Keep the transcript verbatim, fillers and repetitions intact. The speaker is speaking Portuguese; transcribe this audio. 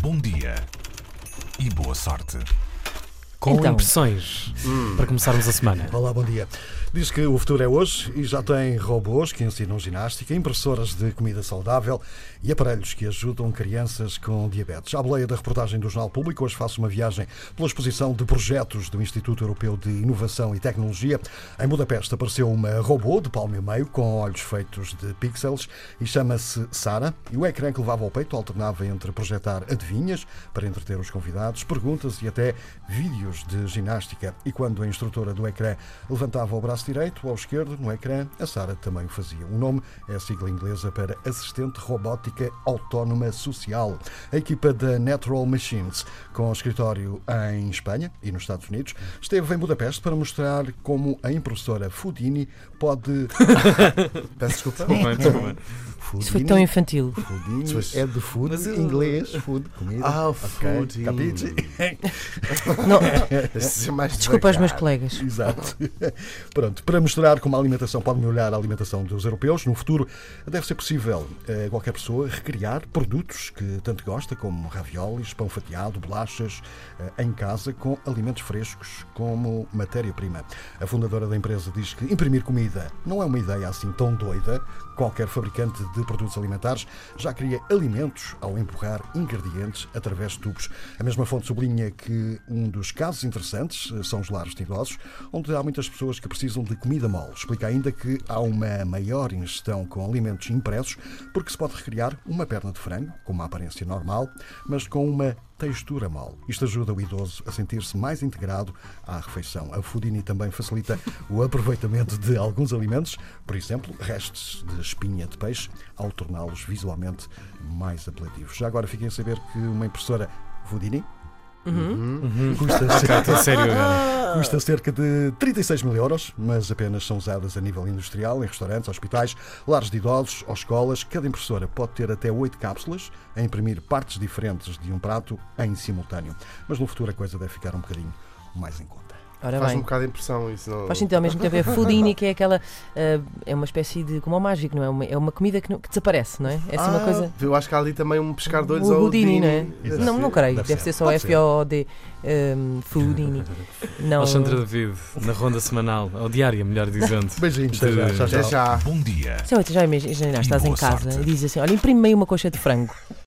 Bom dia e boa sorte. Com Então. impressões, hum. para começarmos a semana. Olá, bom dia. Diz que o futuro é hoje e já tem robôs que ensinam ginástica, impressoras de comida saudável e aparelhos que ajudam crianças com diabetes. À boleia da reportagem do Jornal Público, hoje faço uma viagem pela exposição de projetos do Instituto Europeu de Inovação e Tecnologia. Em Budapeste apareceu uma robô de palmo e meio com olhos feitos de pixels e chama-se Sara. E o ecrã que levava ao peito alternava entre projetar adivinhas para entreter os convidados, perguntas e até vídeos de ginástica. E quando a instrutora do ecrã levantava o braço direito ou esquerdo no ecrã, a Sara também o fazia. O nome é a sigla inglesa para Assistente Robótica Autónoma Social. A equipa da Natural Machines, com escritório em Espanha e nos Estados Unidos, esteve em Budapeste para mostrar como a impressora Foodini pode... Peço desculpa. Isso foi tão infantil. Foodini é de food, Mas eu- inglês, food, comida. Ah, o Ok, Foodini. capiche? Não, Esse é mais desculpa aos meus devagar. colegas. Exato. Pronto, para mostrar como a alimentação pode melhorar a alimentação dos europeus, no futuro deve ser possível a qualquer pessoa recriar produtos que tanto gosta, como raviolis, pão fatiado, bolachas, em casa, com alimentos frescos como matéria-prima. A fundadora da empresa diz que imprimir comida não é uma ideia assim tão doida. Qualquer fabricante de produtos alimentares já cria alimentos ao empurrar ingredientes através de tubos. A mesma fonte sublinha que um dos casos interessantes são os lares de idosos, onde há muitas pessoas que precisam de comida mole. Explica ainda que há uma maior ingestão com alimentos impressos, porque se pode recriar uma perna de frango, com uma aparência normal, mas com uma textura mole. Isto ajuda o idoso a sentir-se mais integrado à refeição. A Foodini também facilita o aproveitamento de alguns alimentos, por exemplo, restos de espinha de peixe, ao torná-los visualmente mais apelativos. Já agora fiquem a saber que uma impressora Foodini Uhum. custa, Ok, cerca, estou sério agora. custa cerca de trinta e seis mil euros, mas apenas são usadas a nível industrial, em restaurantes, hospitais, lares de idosos ou escolas. Cada impressora pode ter até oito cápsulas a imprimir partes diferentes de um prato em simultâneo. Mas no futuro a coisa deve ficar um bocadinho mais em conta. Ora Faz um bem. bocado de impressão isso. Não... Faz sentido ao mesmo tempo. É Foodini, que é aquela. ah, é uma espécie de. Como ao mágico, não é? Uma, é uma comida que, não- que desaparece, não é? É assim uma Ah, coisa. Eu acho que há ali também um pescar de olhos O ao Houdini, não é? Dini. Exato. Não, não creio. Deve Deve ser. ser só Pode F O O D. um, Foodini. Não. Alexandre David, na ronda semanal, ou diária, melhor dizendo. Beijinhos, até já, já, já. Até já. Ah. Bom dia Sim, já imagina, estás E em boa casa sorte. e dizes assim: olha, imprime-me aí uma coxa de frango.